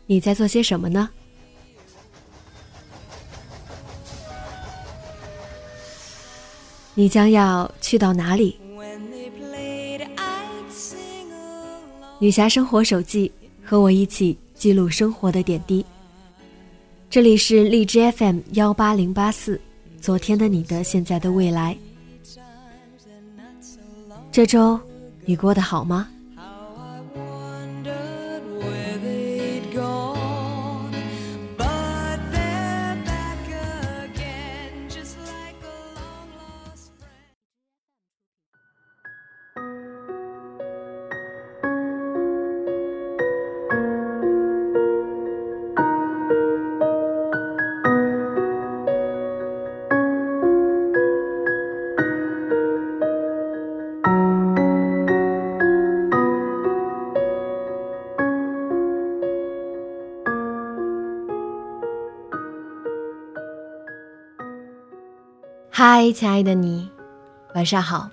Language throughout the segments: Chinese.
你在做些什么呢？你将要去到哪里？女侠生活手记，和我一起记录生活的点滴。这里是荔枝 FM18084，昨天的你的现在的未来。这周你过得好吗？嗨，亲爱的你，晚上好。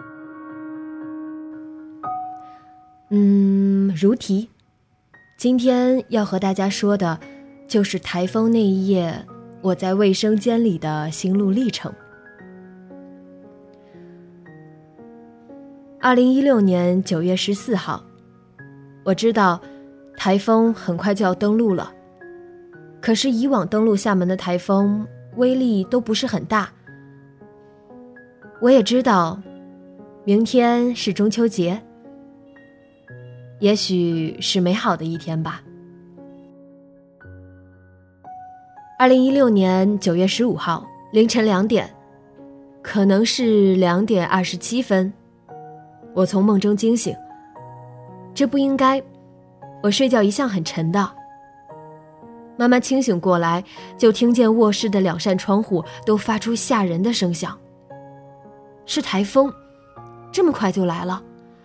如题，今天要和大家说的就是台风那一夜我在卫生间里的心路历程。2016年9月14号，我知道台风很快就要登陆了，可是以往登陆厦门的台风威力都不是很大。我也知道明天是中秋节，也许是美好的一天吧。2016年9月15号凌晨2点，可能是2点27分，我从梦中惊醒。这不应该，我睡觉一向很沉的。慢慢清醒过来，就听见卧室的2扇窗户都发出吓人的声响。是台风，这么快就来了。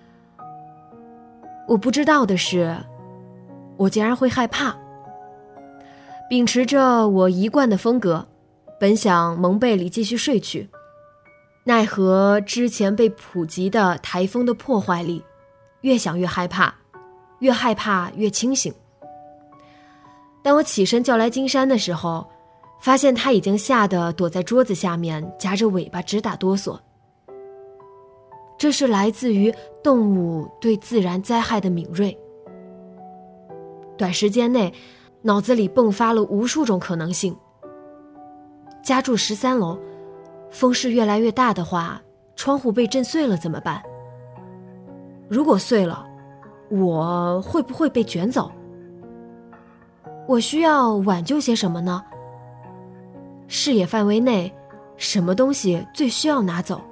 我不知道的是，我竟然会害怕。秉持着我一贯的风格，本想蒙被里继续睡去，奈何之前被普及的台风的破坏力，越想越害怕，越害怕越清醒。当我起身叫来金山的时候，发现他已经吓得躲在桌子下面，夹着尾巴直打哆嗦。这是来自于动物对自然灾害的敏锐。短时间内，脑子里迸发了无数种可能性。家住13楼，风势越来越大的话，窗户被震碎了怎么办？如果碎了，我会不会被卷走？我需要挽救些什么呢？视野范围内，什么东西最需要拿走？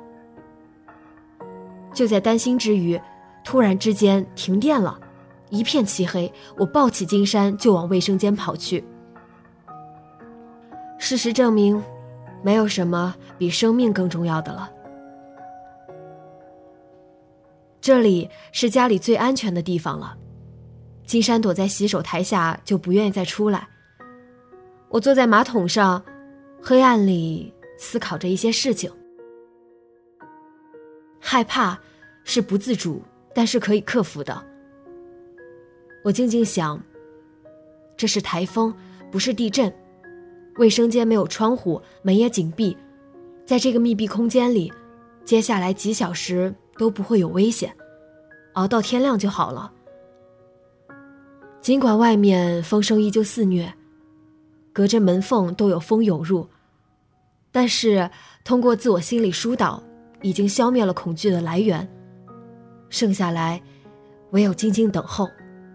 就在担心之余，突然之间停电了，一片漆黑，我抱起金山就往卫生间跑去。事实证明，没有什么比生命更重要的了。这里是家里最安全的地方了。金山躲在洗手台下，就不愿意再出来。我坐在马桶上，黑暗里思考着一些事情。害怕是不自主，但是可以克服的。我静静想，这是台风，不是地震。卫生间没有窗户，门也紧闭，在这个密闭空间里，接下来几小时都不会有危险，熬到天亮就好了。尽管外面风声依旧肆虐，隔着门缝都有风涌入，但是通过自我心理疏导，已经消灭了恐惧的来源，剩下来唯有静静等候。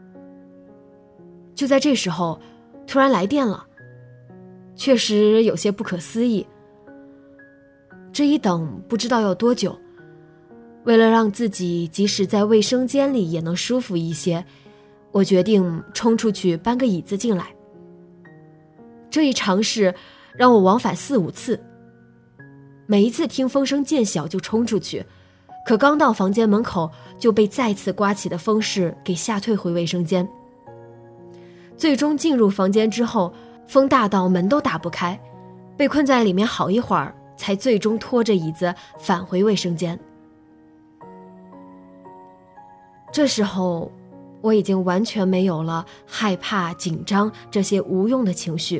就在这时候，突然来电了，确实有些不可思议。这一等不知道要多久，为了让自己即使在卫生间里也能舒服一些，我决定冲出去搬个椅子进来。这一尝试让我往返4、5次，每一次听风声渐小就冲出去，可刚到房间门口就被再次刮起的风势给吓退回卫生间。最终进入房间之后，风大到门都打不开，被困在里面好一会儿，才最终拖着椅子返回卫生间。这时候我已经完全没有了害怕、紧张这些无用的情绪。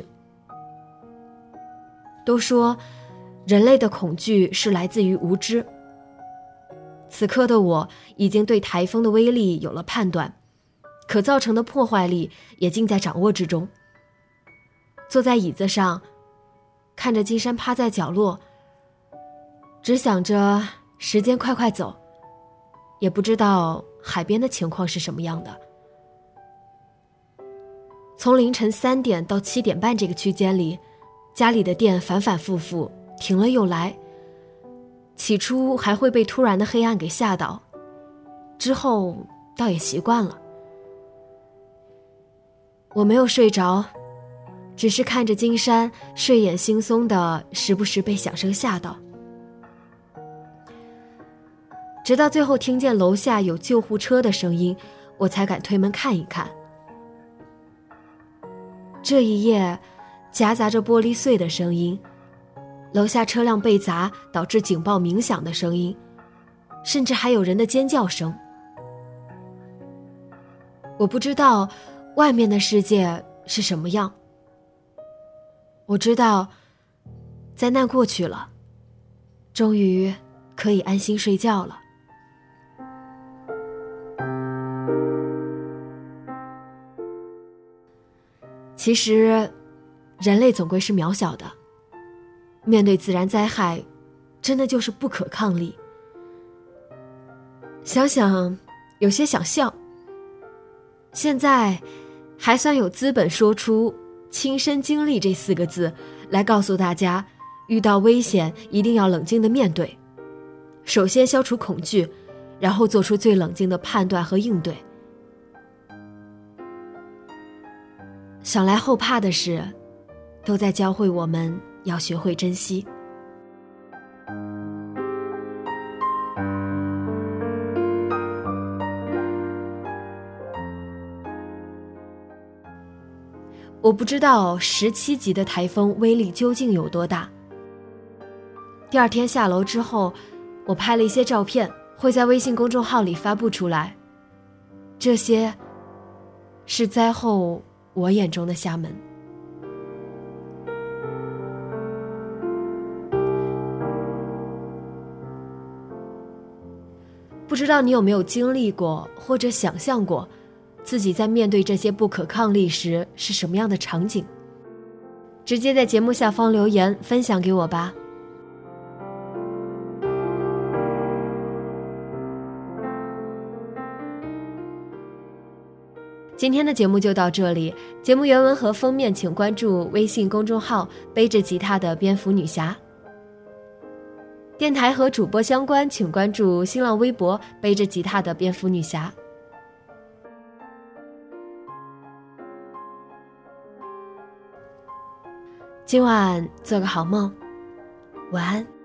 都说人类的恐惧是来自于无知。此刻的我已经对台风的威力有了判断，可造成的破坏力也尽在掌握之中。坐在椅子上，看着金山趴在角落，只想着时间快快走，也不知道海边的情况是什么样的。从凌晨3点到7点半这个区间里，家里的电反反复复，停了又来。起初还会被突然的黑暗给吓到，之后倒也习惯了。我没有睡着，只是看着金山睡眼惺忪的，时不时被响声吓到。直到最后听见楼下有救护车的声音，我才敢推门看一看。这一夜夹杂着玻璃碎的声音，楼下车辆被砸导致警报鸣响的声音，甚至还有人的尖叫声。我不知道外面的世界是什么样，我知道灾难过去了，终于可以安心睡觉了。其实人类总归是渺小的，面对自然灾害，真的就是不可抗力。想想有些想笑，现在还算有资本说出亲身经历这4个字，来告诉大家，遇到危险一定要冷静地面对，首先消除恐惧，然后做出最冷静的判断和应对。想来后怕的事，都在教会我们要学会珍惜。我不知道17级的台风威力究竟有多大。第二天下楼之后，我拍了一些照片，会在微信公众号里发布出来。这些是灾后我眼中的厦门。不知道你有没有经历过或者想象过自己在面对这些不可抗力时是什么样的场景？直接在节目下方留言分享给我吧。今天的节目就到这里，节目原文和封面请关注微信公众号背着吉他的蝙蝠女侠。电台和主播相关请关注新浪微博背着吉他的蝙蝠女侠。今晚做个好梦，晚安。